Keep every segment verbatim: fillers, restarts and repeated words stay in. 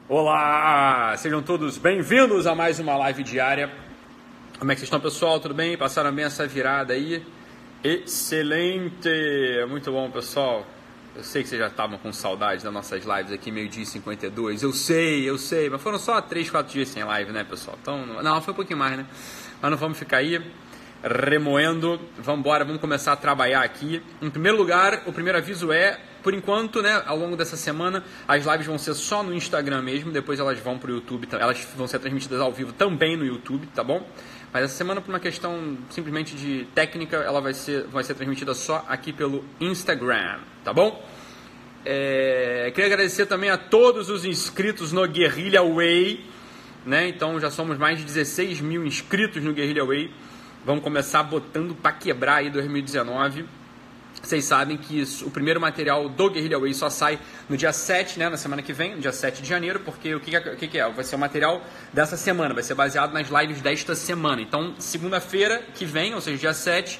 Olá, sejam todos bem-vindos a mais uma live diária. Como é que vocês estão, pessoal? Tudo bem? Passaram bem essa virada aí? Excelente! Muito bom, pessoal. Eu sei que vocês já estavam com saudade das nossas lives aqui, meio-dia e cinquenta e dois. Eu sei, eu sei, mas foram só três, quatro dias sem live, né, pessoal? Então, não, foi um pouquinho mais, né? Mas não vamos ficar aí remoendo. Vamos embora, vamos começar a trabalhar aqui. Em primeiro lugar, o primeiro aviso é, por enquanto, né, ao longo dessa semana, as lives vão ser só no Instagram mesmo, depois elas vão para o YouTube, elas vão ser transmitidas ao vivo também no YouTube, tá bom? Mas essa semana, por uma questão simplesmente de técnica, ela vai ser, vai ser transmitida só aqui pelo Instagram, tá bom? É, queria agradecer também a todos os inscritos no Guerrilla Way, né? Então já somos mais de dezesseis mil inscritos no Guerrilla Way. Vamos começar botando para quebrar aí dois mil e dezenove. Vocês sabem que isso, o primeiro material do Guerrilla Way só sai no dia sete, né, na semana que vem, no dia sete de janeiro, porque o que, que, que, que é? Vai ser o material dessa semana, vai ser baseado nas lives desta semana. Então, segunda-feira que vem, ou seja, dia sete,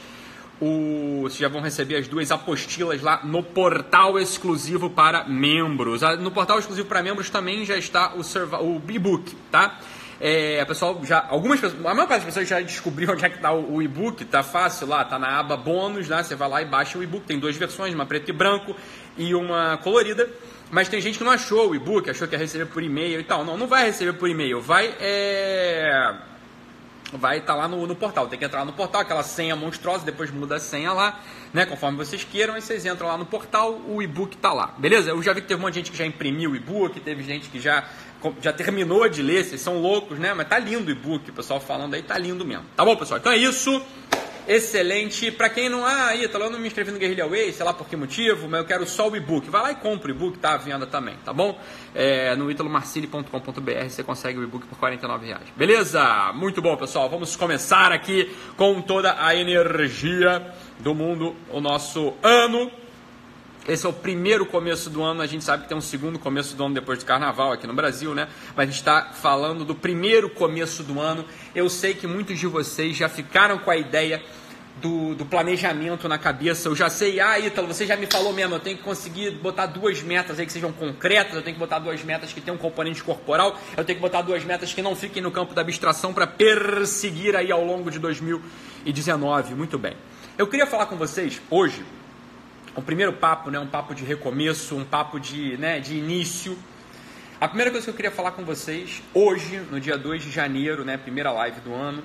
o, vocês já vão receber as duas apostilas lá no portal exclusivo para membros. No portal exclusivo para membros também já está o, o e-book, tá? É, pessoal, já, algumas pessoas, a maior parte das pessoas já descobriu onde é que está o, o e-book, tá fácil lá, tá na aba bônus, né? Você vai lá e baixa o e-book, tem duas versões, uma preta e branco e uma colorida, mas tem gente que não achou o e-book, achou que ia receber por e-mail e tal. Não, não vai receber por e-mail, vai é... vai estar tá lá no, no portal, tem que entrar no portal, aquela senha monstruosa, depois muda a senha lá, né, conforme vocês queiram, aí vocês entram lá no portal, o e-book tá lá, beleza? Eu já vi que teve um monte de gente que já imprimiu o e-book, teve gente que já, já terminou de ler, vocês são loucos, né, mas tá lindo o e-book, o pessoal falando aí, tá lindo mesmo, tá bom, pessoal? Então é isso, excelente. Pra quem não, ah, Ítalo, eu não me inscrevi no Guerrilla Way, sei lá por que motivo, mas eu quero só o e-book, vai lá e compra o e-book, tá à venda também, tá bom? É, no italo marcilli ponto com ponto b r você consegue o e-book por quarenta e nove reais, beleza? Muito bom, pessoal, vamos começar aqui com toda a energia do mundo, o nosso ano. Esse é o primeiro começo do ano, a gente sabe que tem um segundo começo do ano depois do carnaval aqui no Brasil, né? Mas a gente está falando do primeiro começo do ano. Eu sei que muitos de vocês já ficaram com a ideia do, do planejamento na cabeça. Eu já sei, ah, Ítalo, você já me falou mesmo, eu tenho que conseguir botar duas metas aí que sejam concretas, eu tenho que botar duas metas que tenham um componente corporal, eu tenho que botar duas metas que não fiquem no campo da abstração para perseguir aí ao longo de dois mil e dezenove. Muito bem. Eu queria falar com vocês hoje, o primeiro papo, né, um papo de recomeço, um papo de, né, de início. A primeira coisa que eu queria falar com vocês hoje, no dia dois de janeiro, né, primeira live do ano,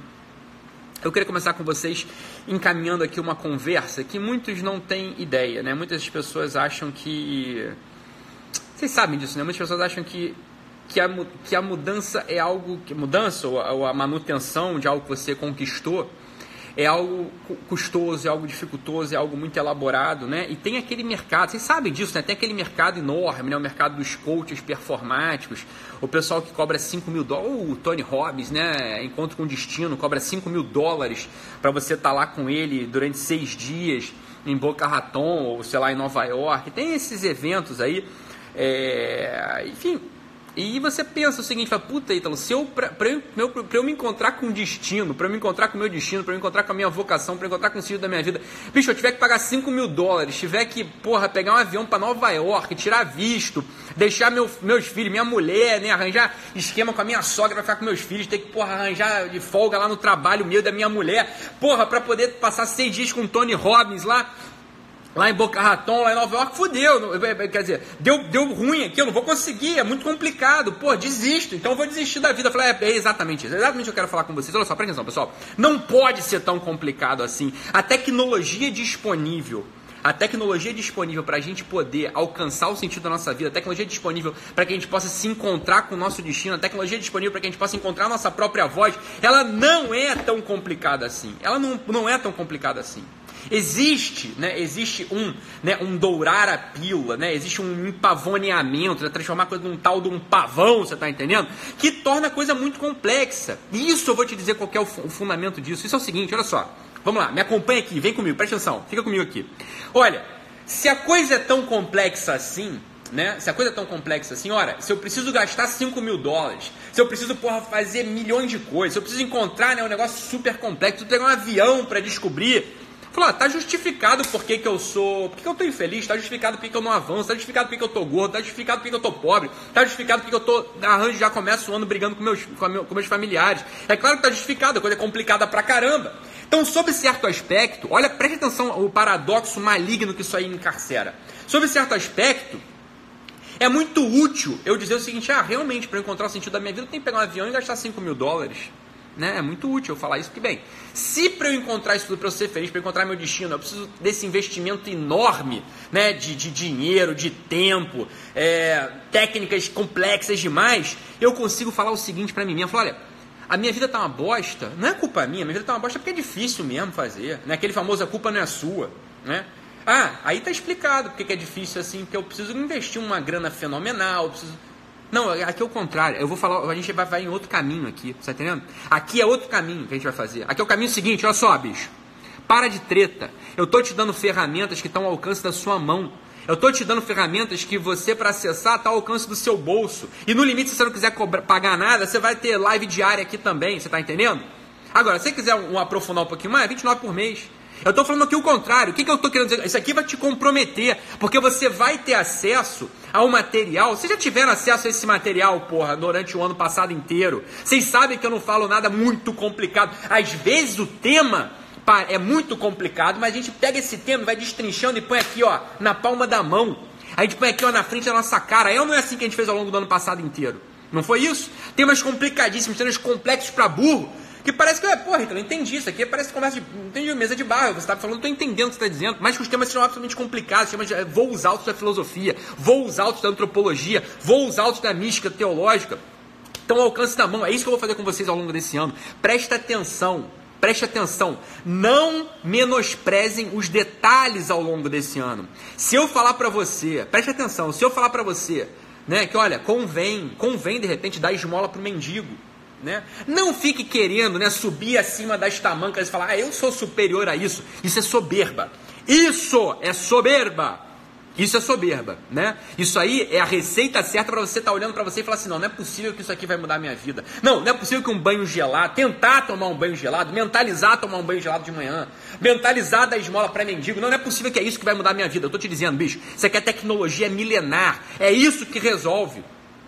eu queria começar com vocês encaminhando aqui uma conversa que muitos não têm ideia, né? Muitas pessoas acham que... Vocês sabem disso, né? Muitas pessoas acham que, que, a, que a mudança é algo... Que mudança ou a, ou a manutenção de algo que você conquistou é algo custoso, é algo dificultoso, é algo muito elaborado, né? E tem aquele mercado, vocês sabem disso, né? Tem aquele mercado enorme, né? O mercado dos coaches performáticos, o pessoal que cobra cinco mil dólares, o Tony Robbins, né? Encontro com Destino, cobra cinco mil dólares para você estar tá lá com ele durante seis dias em Boca Raton, ou sei lá, em Nova York. Tem esses eventos aí, é... enfim... E você pensa o seguinte, fala, puta, Ítalo, se eu, pra, pra, eu, pra eu me encontrar com o destino, pra eu me encontrar com o meu destino, pra eu me encontrar com a minha vocação, pra eu encontrar com o sentido da minha vida, bicho, eu tiver que pagar cinco mil dólares, tiver que, porra, pegar um avião pra Nova York, tirar visto, deixar meu, meus filhos, minha mulher, né, arranjar esquema com a minha sogra pra ficar com meus filhos, ter que, porra, arranjar de folga lá no trabalho meu da minha mulher, porra, pra poder passar seis dias com o Tony Robbins lá, lá em Boca Raton, lá em Nova York, fudeu, quer dizer, deu, deu ruim aqui, eu não vou conseguir, é muito complicado, pô, desisto, então eu vou desistir da vida. Eu falei, é, é exatamente isso, é exatamente o que eu quero falar com vocês. Olha só, presta atenção, pessoal, não pode ser tão complicado assim. A tecnologia disponível, a tecnologia disponível para a gente poder alcançar o sentido da nossa vida, a tecnologia disponível para que a gente possa se encontrar com o nosso destino, a tecnologia disponível para que a gente possa encontrar a nossa própria voz, ela não é tão complicada assim, ela não, não é tão complicada assim. Existe, né, existe um, né, um dourar a pílula, né, existe um empavoneamento, né, transformar a coisa num tal de um pavão, você está entendendo? Que torna a coisa muito complexa. E isso eu vou te dizer qual que é o, o fundamento disso. Isso é o seguinte, olha só, vamos lá, me acompanha aqui, vem comigo, presta atenção, fica comigo aqui. Olha, se a coisa é tão complexa assim, né, se a coisa é tão complexa assim, olha, se eu preciso gastar cinco mil dólares, se eu preciso, porra, fazer milhões de coisas, se eu preciso encontrar, né, um negócio super complexo, se eu pegar um avião para descobrir... Falou, ah, tá justificado por que, que eu sou, por que, que eu tô infeliz, tá justificado por que, que eu não avanço, tá justificado por que, que eu tô gordo, tá justificado por que, que eu tô pobre, tá justificado por que, que eu tô, arranjo, já começo o ano brigando com meus, com, meu, com meus familiares. É claro que tá justificado, a coisa é complicada pra caramba. Então, sob certo aspecto, olha, preste atenção o paradoxo maligno que isso aí encarcera. Sob certo aspecto, é muito útil eu dizer o seguinte, ah, realmente, para encontrar o sentido da minha vida, eu tenho que pegar um avião e gastar cinco mil dólares. Né? É muito útil eu falar isso, porque, bem, se para eu encontrar isso tudo, para eu ser feliz, para encontrar meu destino, eu preciso desse investimento enorme, né? de, de dinheiro, de tempo, é, técnicas complexas demais, eu consigo falar o seguinte para mim mesmo, falar, olha, a minha vida tá uma bosta, não é culpa minha, a minha vida tá uma bosta porque é difícil mesmo fazer, né? Aquele famoso, a culpa não é sua, né? Ah, aí tá explicado porque que é difícil assim, porque eu preciso investir uma grana fenomenal, eu preciso... Não, aqui é o contrário, eu vou falar, a gente vai, vai em outro caminho aqui, tá entendendo? Aqui é outro caminho que a gente vai fazer. Aqui é o caminho seguinte, olha só, bicho. Para de treta. Eu tô te dando ferramentas que estão ao alcance da sua mão. Eu tô te dando ferramentas que você, para acessar, está ao alcance do seu bolso. E no limite, se você não quiser cobrar, pagar nada, você vai ter live diária aqui também, você tá entendendo? Agora, se você quiser um, um aprofundar um pouquinho mais, é vinte e nove por mês. Eu estou falando aqui o contrário. O que, que eu estou querendo dizer? Isso aqui vai te comprometer, porque você vai ter acesso ao material. Vocês já tiveram acesso a esse material, porra, durante o ano passado inteiro. Vocês sabem que eu não falo nada muito complicado. Às vezes o tema é muito complicado, mas a gente pega esse tema e vai destrinchando e põe aqui, ó, na palma da mão. A gente põe aqui, ó, na frente da nossa cara. É ou não é assim que a gente fez ao longo do ano passado inteiro? Não foi isso? Temas complicadíssimos, temas complexos para burro. Que parece que, é, porra, então eu não entendi isso aqui, parece conversa de, não entendi, mesa de bar, você está falando, não estou entendendo o que você está dizendo, mas que os temas são absolutamente complicados, temas de é, voos altos da filosofia, voos altos da antropologia, voos altos da mística teológica, estão ao alcance da mão. É isso que eu vou fazer com vocês ao longo desse ano. Presta atenção, preste atenção, não menosprezem os detalhes ao longo desse ano. Se eu falar para você, preste atenção, se eu falar para você, né, que olha, convém, convém de repente dar esmola para o mendigo, né? Não fique querendo, né, subir acima das tamancas e falar, ah, eu sou superior a isso. Isso é soberba. Isso é soberba. Isso é soberba, né? Isso aí é a receita certa para você estar tá olhando para você e falar assim, não, não é possível que isso aqui vai mudar a minha vida. Não, não é possível que um banho gelado, tentar tomar um banho gelado, mentalizar tomar um banho gelado de manhã, mentalizar dar esmola para mendigo, não, não é possível que é isso que vai mudar a minha vida. Eu tô te dizendo, bicho, isso aqui é tecnologia milenar. É isso que resolve.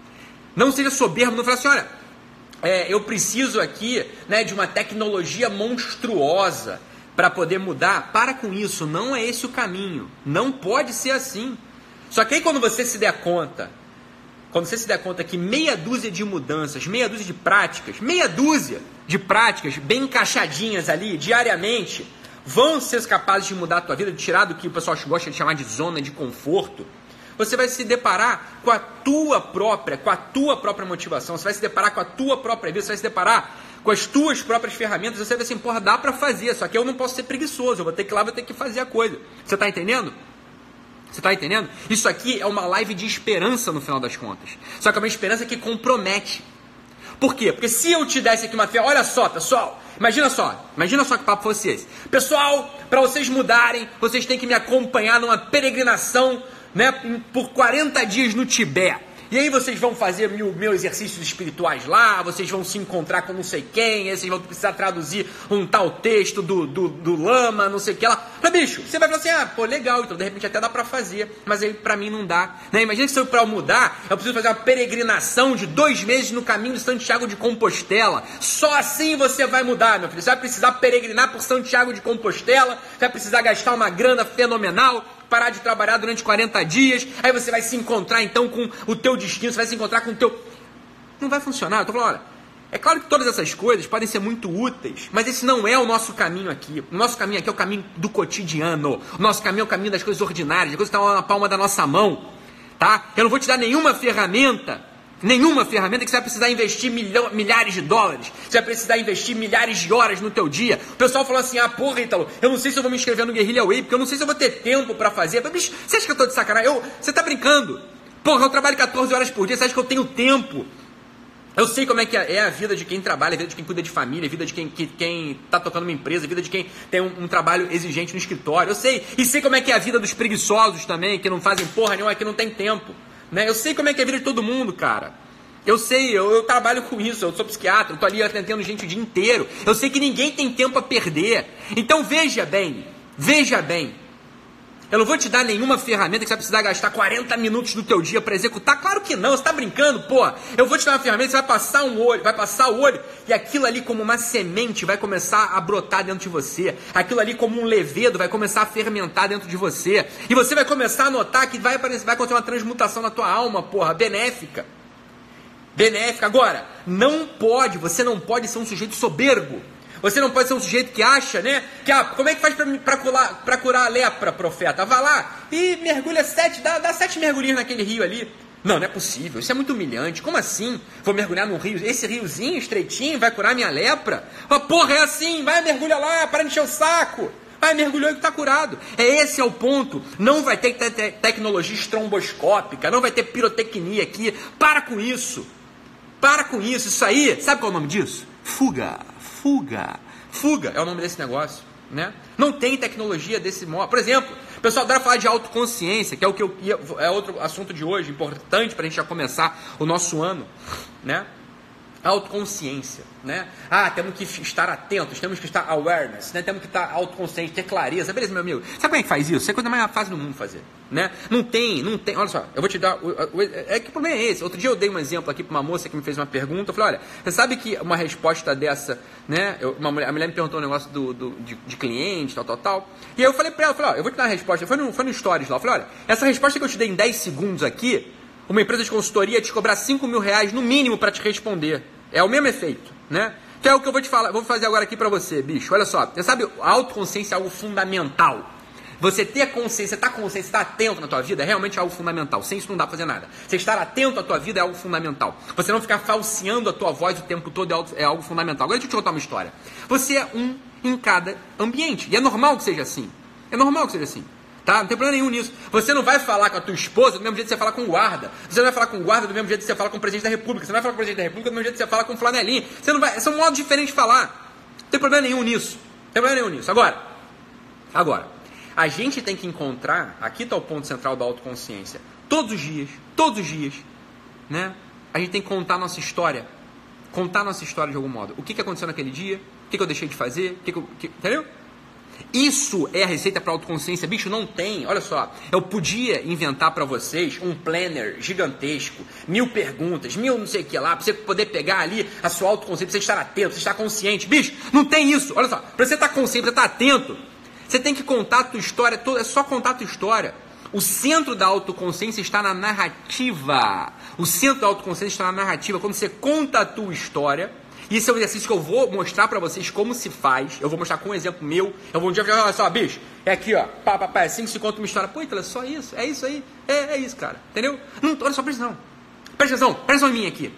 Não seja soberbo, não fala assim, olha, É, eu preciso aqui, né, de uma tecnologia monstruosa para poder mudar. Para com isso, não é esse o caminho. Não pode ser assim. Só que aí quando você se der conta, quando você se der conta que meia dúzia de mudanças, meia dúzia de práticas, meia dúzia de práticas bem encaixadinhas ali, diariamente, vão ser capazes de mudar a tua vida, de tirar do que o pessoal gosta de chamar de zona de conforto, você vai se deparar com a tua própria, com a tua própria motivação, você vai se deparar com a tua própria vida, você vai se deparar com as tuas próprias ferramentas, você vai ver assim, porra, dá pra fazer, só que eu não posso ser preguiçoso, eu vou ter que ir lá, vou ter que fazer a coisa. Você tá entendendo? Você tá entendendo? Isso aqui é uma live de esperança no final das contas, só que é uma esperança que compromete. Por quê? Porque se eu te desse aqui uma fé, olha só, pessoal, imagina só, imagina só que papo fosse esse. Pessoal, para vocês mudarem, vocês têm que me acompanhar numa peregrinação, né, por quarenta dias no Tibete. E aí vocês vão fazer mil, mil exercícios espirituais lá, vocês vão se encontrar com não sei quem, aí vocês vão precisar traduzir um tal texto do, do, do lama, não sei o que lá. Mas, bicho, você vai falar assim, ah, pô, legal, então de repente até dá pra fazer, mas aí pra mim não dá. Né? Imagina que se eu pra eu mudar, eu preciso fazer uma peregrinação de dois meses no caminho de Santiago de Compostela. Só assim você vai mudar, meu filho. Você vai precisar peregrinar por Santiago de Compostela, você vai precisar gastar uma grana fenomenal, parar de trabalhar durante quarenta dias, aí você vai se encontrar então com o teu destino, você vai se encontrar com o teu... Não vai funcionar. Eu tô falando, olha, é claro que todas essas coisas podem ser muito úteis, mas esse não é o nosso caminho aqui. O nosso caminho aqui é o caminho do cotidiano. O nosso caminho é o caminho das coisas ordinárias, das coisas que estão na palma da nossa mão, tá? Eu não vou te dar nenhuma ferramenta, nenhuma ferramenta que você vai precisar investir milhão, milhares de dólares, você vai precisar investir milhares de horas no teu dia. O pessoal falou assim, ah, porra, Ítalo, eu não sei se eu vou me inscrever no Guerrilla Way, porque eu não sei se eu vou ter tempo pra fazer. Eu falei, bicho, você acha que eu tô de sacanagem? Eu, você tá brincando? Porra, eu trabalho quatorze horas por dia, você acha que eu tenho tempo? Eu sei como é que é a vida de quem trabalha, a vida de quem cuida de família, a vida de quem, que, quem tá tocando uma empresa, a vida de quem tem um, um trabalho exigente no escritório. Eu sei, e sei como é que é a vida dos preguiçosos também, que não fazem porra nenhuma, que não tem tempo. Né? Eu sei como é que é a vida de todo mundo, cara. Eu sei, eu, eu trabalho com isso, eu sou psiquiatra, eu tô ali atendendo gente o dia inteiro. Eu sei que ninguém tem tempo a perder. Então veja bem, Veja bem, eu não vou te dar nenhuma ferramenta que você vai precisar gastar quarenta minutos do teu dia para executar. Claro que não, você está brincando, pô. Eu vou te dar uma ferramenta que você vai passar um olho, vai passar o olho e aquilo ali como uma semente vai começar a brotar dentro de você. Aquilo ali como um levedo vai começar a fermentar dentro de você. E você vai começar a notar que vai, vai acontecer uma transmutação na tua alma, porra, benéfica. Benéfica. Agora, não pode, você não pode ser um sujeito soberbo. Você não pode ser um sujeito que acha, né? Que, ah, como é que faz para curar, pra curar a lepra, profeta? Vai lá e mergulha sete, dá, dá sete mergulhinhos naquele rio ali. Não, não é possível, isso é muito humilhante. Como assim? Vou mergulhar num rio, esse riozinho estreitinho vai curar minha lepra? Ah, porra, é assim, vai, mergulha lá, para de encher o saco. Vai, mergulhou e está curado. É esse é o ponto. Não vai ter te te tecnologia estromboscópica, não vai ter pirotecnia aqui. Para com isso. Para com isso. Isso aí, sabe qual é o nome disso? Fuga. Fuga. Fuga é o nome desse negócio, né? Não tem tecnologia desse modo. Por exemplo, o pessoal adora falar de autoconsciência, que é o que eu ia, é outro assunto de hoje, importante para a gente já começar o nosso ano, né? Autoconsciência, né? Ah, temos que estar atentos, temos que estar awareness, né? Temos que estar autoconsciente, ter clareza. Beleza, meu amigo? Sabe como é que faz isso? Isso é a coisa mais fácil do mundo fazer, né? Não tem, não tem. Olha só, eu vou te dar. O, o, é que o problema é esse. Outro dia eu dei um exemplo aqui para uma moça que me fez uma pergunta. Eu falei, olha, você sabe que uma resposta dessa, né? Eu, uma mulher, a mulher me perguntou um negócio do, do, de, de cliente, tal, tal, tal. E aí eu falei para ela, eu falei, ó, eu vou te dar uma resposta. Foi no, foi no Stories lá. Eu falei, olha, essa resposta que eu te dei em dez segundos aqui, uma empresa de consultoria ia te cobrar cinco mil reais no mínimo para te responder. É o mesmo efeito, né? Que é o que eu vou te falar, vou fazer agora aqui para você, bicho. Olha só, você sabe, a autoconsciência é algo fundamental. Você ter consciência, estar consciente, estar atento na tua vida é realmente algo fundamental. Sem isso não dá para fazer nada. Você estar atento à tua vida é algo fundamental. Você não ficar falseando a tua voz o tempo todo é algo, é algo fundamental. Agora deixa eu te contar uma história. Você é um em cada ambiente. E é normal que seja assim. É normal que seja assim. Tá? Não tem problema nenhum nisso. Você não vai falar com a tua esposa do mesmo jeito que você fala com o guarda. Você não vai falar com o guarda do mesmo jeito que você fala com o presidente da república. Você não vai falar com o presidente da república do mesmo jeito que você fala com o flanelinho. Você não vai... São modos diferentes de falar. Não tem problema nenhum nisso. Não tem problema nenhum nisso. Agora, agora, a gente tem que encontrar, aqui está o ponto central da autoconsciência, todos os dias, todos os dias, né? A gente tem que contar a nossa história. Contar a nossa história de algum modo. O que, que aconteceu naquele dia? O que, que eu deixei de fazer? O que que eu... que... Entendeu? Isso é a receita para autoconsciência. Bicho, não tem. Olha só, eu podia inventar para vocês um planner gigantesco, mil perguntas, mil não sei o que lá, para você poder pegar ali a sua autoconsciência, para você estar atento, para você estar consciente. Bicho, não tem isso. Olha só, para você estar consciente, para você estar atento, você tem que contar a tua história toda. É só contar a tua história. O centro da autoconsciência está na narrativa. O centro da autoconsciência está na narrativa. Quando você conta a tua história... Isso é um exercício que eu vou mostrar pra vocês como se faz. Eu vou mostrar com um exemplo meu. Eu vou um dia falar, olha só, bicho, é aqui, ó. Pá, pá, pá, assim que se conta uma história. Pô, então é só isso, é isso aí. É, é isso, cara. Entendeu? Não, olha só, presta atenção. Presta atenção, presta atenção em mim aqui.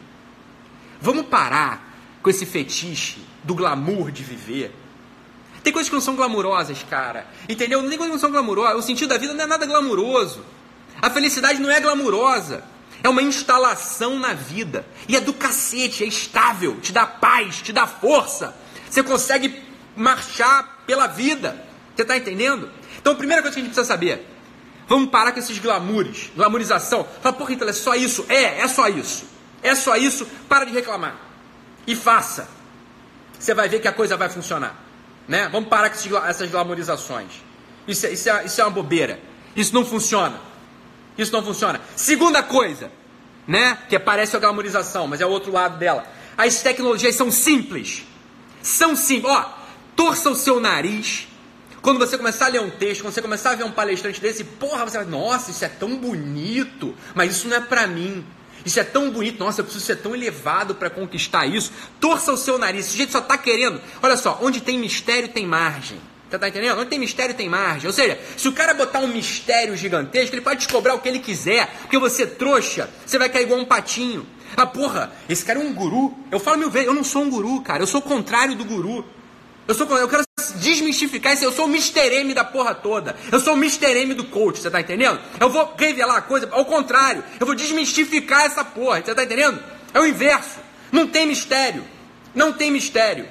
Vamos parar com esse fetiche do glamour de viver. Tem coisas que não são glamourosas, cara. Entendeu? Não tem coisas que não são glamourosas. O sentido da vida não é nada glamuroso. A felicidade não é glamurosa. É uma instalação na vida. E é do cacete, é estável, te dá paz, te dá força. Você consegue marchar pela vida. Você está entendendo? Então a primeira coisa que a gente precisa saber, vamos parar com esses glamoures, glamorização. Fala, porra, então é só isso? É, é só isso. É só isso, para de reclamar. E faça. Você vai ver que a coisa vai funcionar. Né? Vamos parar com esses, essas glamorizações. Isso é, isso, é, isso é uma bobeira. Isso não funciona. Isso não funciona. Segunda coisa, né? Que parece a glamorização, mas é o outro lado dela. As tecnologias são simples. São simples. Ó, torça o seu nariz. Quando você começar a ler um texto, quando você começar a ver um palestrante desse, porra, você vai, nossa, isso é tão bonito, mas isso não é pra mim. Isso é tão bonito, nossa, eu preciso ser tão elevado para conquistar isso. Torça o seu nariz. Esse jeito só tá querendo. Olha só, onde tem mistério tem margem. Você tá entendendo? Onde tem mistério tem margem. Ou seja, se o cara botar um mistério gigantesco, ele pode te cobrar o que ele quiser. Porque você trouxa, você vai cair igual um patinho. Ah, porra, esse cara é um guru. Eu falo mil vezes, eu não sou um guru, cara. Eu sou o contrário do guru. Eu, sou, eu quero desmistificar isso. Eu sou o mister M da porra toda. Eu sou o mister M do coach, você tá entendendo? Eu vou revelar a coisa ao contrário. Eu vou desmistificar essa porra, você tá entendendo? É o inverso. Não tem mistério. Não tem mistério.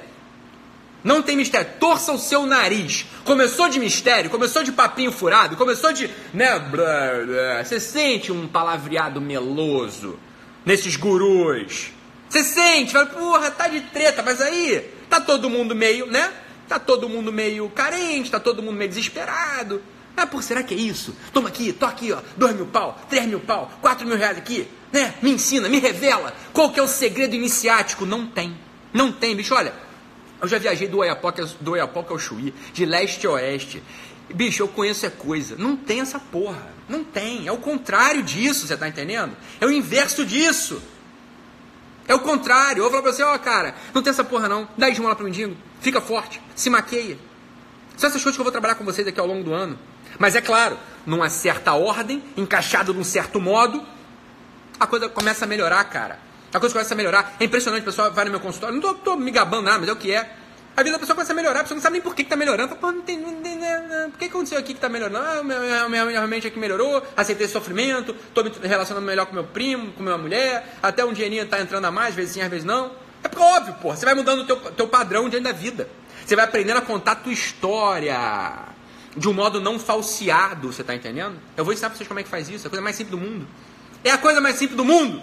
Não tem mistério. Torça o seu nariz. Começou de mistério, começou de papinho furado, começou de... né? Blá, blá. Você sente um palavreado meloso nesses gurus. Você sente, fala, porra, tá de treta, mas aí tá todo mundo meio, né? Tá todo mundo meio carente, tá todo mundo meio desesperado. Ah, pô, será que é isso? Toma aqui, tô aqui, ó, dois mil pau, três mil pau, quatro mil reais aqui, né? Me ensina, me revela. Qual que é o segredo iniciático? Não tem. Não tem, bicho, olha. Eu já viajei do Oiapoque, do Oiapoque ao Chuí, de leste a oeste. Bicho, eu conheço é coisa. Não tem essa porra. Não tem. É o contrário disso, você tá entendendo? É o inverso disso. É o contrário. Eu vou falar pra você, ó, cara, não tem essa porra não. Dá esmola pro mendigo. Fica forte. Se maqueia. São essas coisas que eu vou trabalhar com vocês aqui ao longo do ano. Mas é claro, numa certa ordem, encaixado num certo modo, a coisa começa a melhorar, cara. A coisa começa a melhorar. É impressionante, o pessoal vai no meu consultório, não tô, tô me gabando nada, mas é o que é. A vida da pessoa começa a melhorar, a pessoa não sabe nem por que, que tá melhorando. Pô, não tem, não tem, não, por que aconteceu aqui que tá melhorando? Ah, minha, minha, minha mente aqui melhorou, aceitei esse sofrimento, tô me relacionando melhor com meu primo, com minha mulher, até um dinheirinho tá entrando a mais, às vezes sim, às vezes não. É porque, óbvio, porra, você vai mudando o teu, teu padrão diante da vida. Você vai aprendendo a contar a tua história de um modo não falseado, você tá entendendo? Eu vou ensinar pra vocês como é que faz isso, é a coisa mais simples do mundo. É a coisa mais simples do mundo.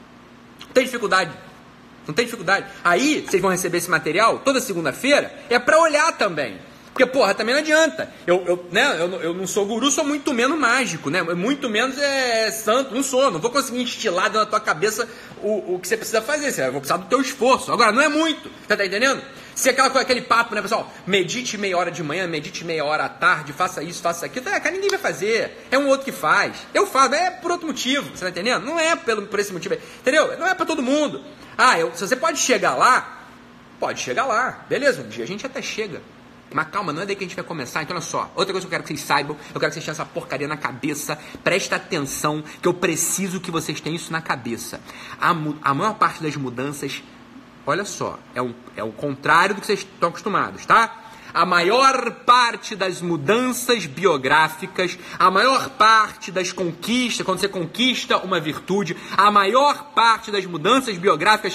Não tem dificuldade. Não tem dificuldade. Aí, vocês vão receber esse material toda segunda-feira, é pra olhar também. Porque, porra, também não adianta. Eu, eu, né, eu, eu não sou guru, sou muito menos mágico, né? Muito menos é santo, não sou. Não vou conseguir instilar dentro da tua cabeça o, o que você precisa fazer. Você vai precisar do teu esforço. Agora, não é muito. Você tá entendendo? Se aquela, aquele papo, né, pessoal? Medite meia hora de manhã, medite meia hora à tarde, faça isso, faça aquilo. É, cara, ninguém vai fazer. É um outro que faz. Eu faço, é por outro motivo. Você tá entendendo? Não é pelo, por esse motivo. Entendeu? Não é pra todo mundo. Ah, eu, se você pode chegar lá, pode chegar lá. Beleza, um dia a gente até chega. Mas calma, não é daí que a gente vai começar. Então olha só, outra coisa que eu quero que vocês saibam, eu quero que vocês tenham essa porcaria na cabeça. Presta atenção, que eu preciso que vocês tenham isso na cabeça. A, a maior parte das mudanças, olha só, é o, é o contrário do que vocês estão acostumados, tá? A maior parte das mudanças biográficas, a maior parte das conquistas, quando você conquista uma virtude, a maior parte das mudanças biográficas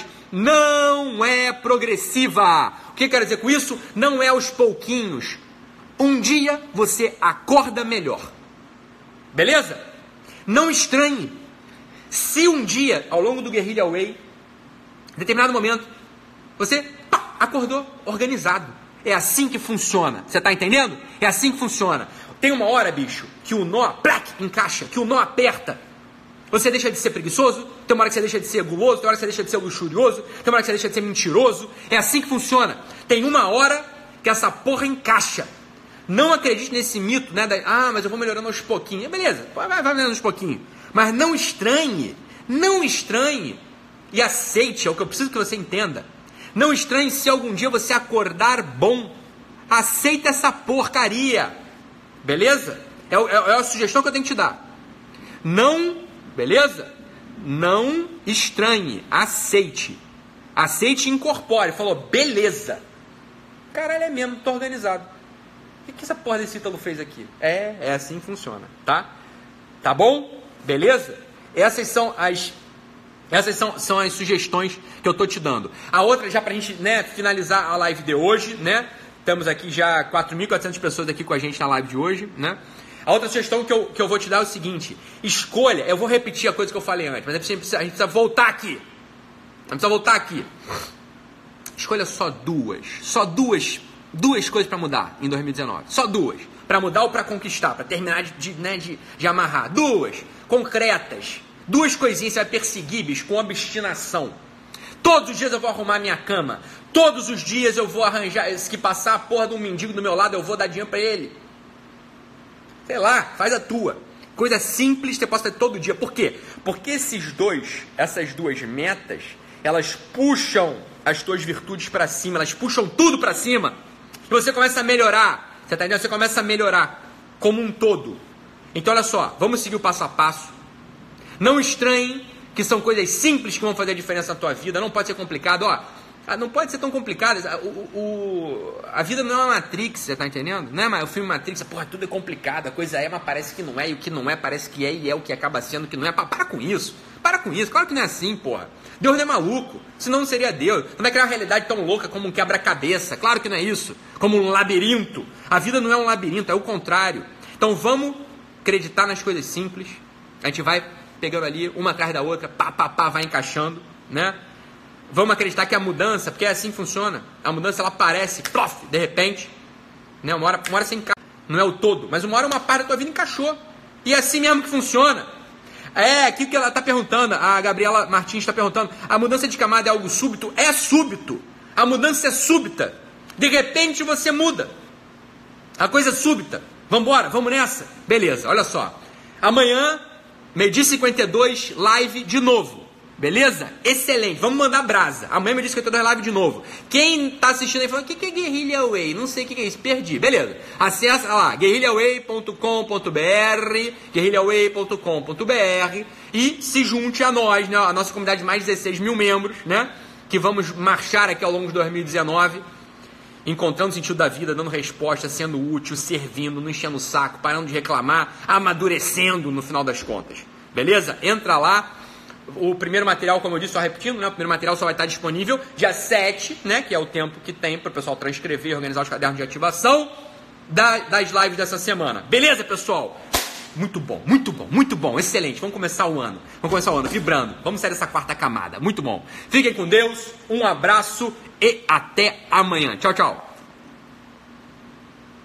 não é progressiva. O que eu quero dizer com isso? Não é aos pouquinhos. Um dia você acorda melhor. Beleza? Não estranhe. Se um dia, ao longo do Guerrilla Way, em determinado momento, você pá, acordou organizado. É assim que funciona. Você tá entendendo? É assim que funciona. Tem uma hora, bicho, que o nó, plac, encaixa, que o nó aperta. Você deixa de ser preguiçoso, tem uma hora que você deixa de ser guloso, tem uma hora que você deixa de ser luxurioso, tem uma hora que você deixa de ser mentiroso. É assim que funciona. Tem uma hora que essa porra encaixa. Não acredite nesse mito, né? Da, ah, mas eu vou melhorando aos pouquinhos. Beleza, vai, vai melhorando aos pouquinhos. Mas não estranhe, não estranhe. E aceite, é o que eu preciso que você entenda. Não estranhe se algum dia você acordar bom. Aceita essa porcaria. Beleza? É, é, é a sugestão que eu tenho que te dar. Não, beleza? Não estranhe. Aceite. Aceite e incorpore. Falou, beleza. Caralho, é mesmo, tô organizado. O que, que essa porra desse Ítalo fez aqui? É, é assim que funciona, tá? Tá bom? Beleza? Essas são as... Essas são, são as sugestões que eu tô te dando. A outra, já pra gente, né, finalizar a live de hoje, né? Estamos aqui já quatro mil e quatrocentas pessoas aqui com a gente na live de hoje, né? A outra sugestão que eu, que eu vou te dar é o seguinte. Escolha, eu vou repetir a coisa que eu falei antes, mas a gente precisa, a gente precisa voltar aqui. A gente precisa voltar aqui. Escolha só duas. Só duas, duas coisas pra mudar em dois mil e dezenove. Só duas. Pra mudar ou pra conquistar, pra terminar de, de, né, de, de amarrar. Duas. Concretas. Duas coisinhas você vai perseguir, bicho, com obstinação. Todos os dias eu vou arrumar minha cama. Todos os dias eu vou arranjar... Se passar a porra de um mendigo do meu lado, eu vou dar dinheiro pra ele. Sei lá, faz a tua. Coisa simples, você pode fazer todo dia. Por quê? Porque esses dois, essas duas metas, elas puxam as tuas virtudes pra cima. Elas puxam tudo pra cima. E você começa a melhorar. Você tá entendendo? Você começa a melhorar como um todo. Então, olha só. Vamos seguir o passo a passo. Não estranhem que são coisas simples que vão fazer a diferença na tua vida. Não pode ser complicado. Ó, não pode ser tão complicado. O, o, a vida não é uma Matrix, você tá entendendo? Não é mais o filme Matrix. Porra, tudo é complicado. A coisa é, mas parece que não é. E o que não é, parece que é. E é o que acaba sendo o que não é. Para com isso. Para com isso. Claro que não é assim, porra. Deus não é maluco. Senão não seria Deus. Não vai criar uma realidade tão louca como um quebra-cabeça. Claro que não é isso. Como um labirinto. A vida não é um labirinto, é o contrário. Então vamos acreditar nas coisas simples. A gente vai... pegando ali, uma atrás da outra, pá, pá, pá, vai encaixando, né? Vamos acreditar que a mudança, porque é assim que funciona, a mudança ela aparece, plof, de repente, né? Uma hora, uma hora você encaixa, não é o todo, mas uma hora uma parte da tua vida encaixou. E é assim mesmo que funciona. É, aqui que ela está perguntando, a Gabriela Martins está perguntando, a mudança de camada é algo súbito? É súbito. A mudança é súbita. De repente você muda. A coisa é súbita. Vambora, vamos nessa? Beleza, olha só. Amanhã, meio-dia e cinquenta e dois, live de novo. Beleza? Excelente, vamos mandar brasa. Amanhã, meio-dia e cinquenta e dois, live de novo. Quem tá assistindo aí falando, o que, que é Guerrilla Way? Não sei o que, que é isso, perdi. Beleza, acessa lá, guerrilla way ponto com ponto br, guerrilla way ponto com ponto br e se junte a nós, né? A nossa comunidade de mais de dezesseis mil membros, né? Que vamos marchar aqui ao longo de dois mil e dezenove, encontrando o sentido da vida, dando resposta, sendo útil, servindo, não enchendo o saco, parando de reclamar, amadurecendo no final das contas. Beleza? Entra lá. O primeiro material, como eu disse, só repetindo, né? O primeiro material só vai estar disponível dia sete, né? Que é o tempo que tem para o pessoal transcrever e organizar os cadernos de ativação da, das lives dessa semana. Beleza, pessoal? Muito bom, muito bom, muito bom, excelente. Vamos começar o ano. Vamos começar o ano vibrando. Vamos sair dessa quarta camada. Muito bom. Fiquem com Deus, um abraço e até amanhã. Tchau, tchau.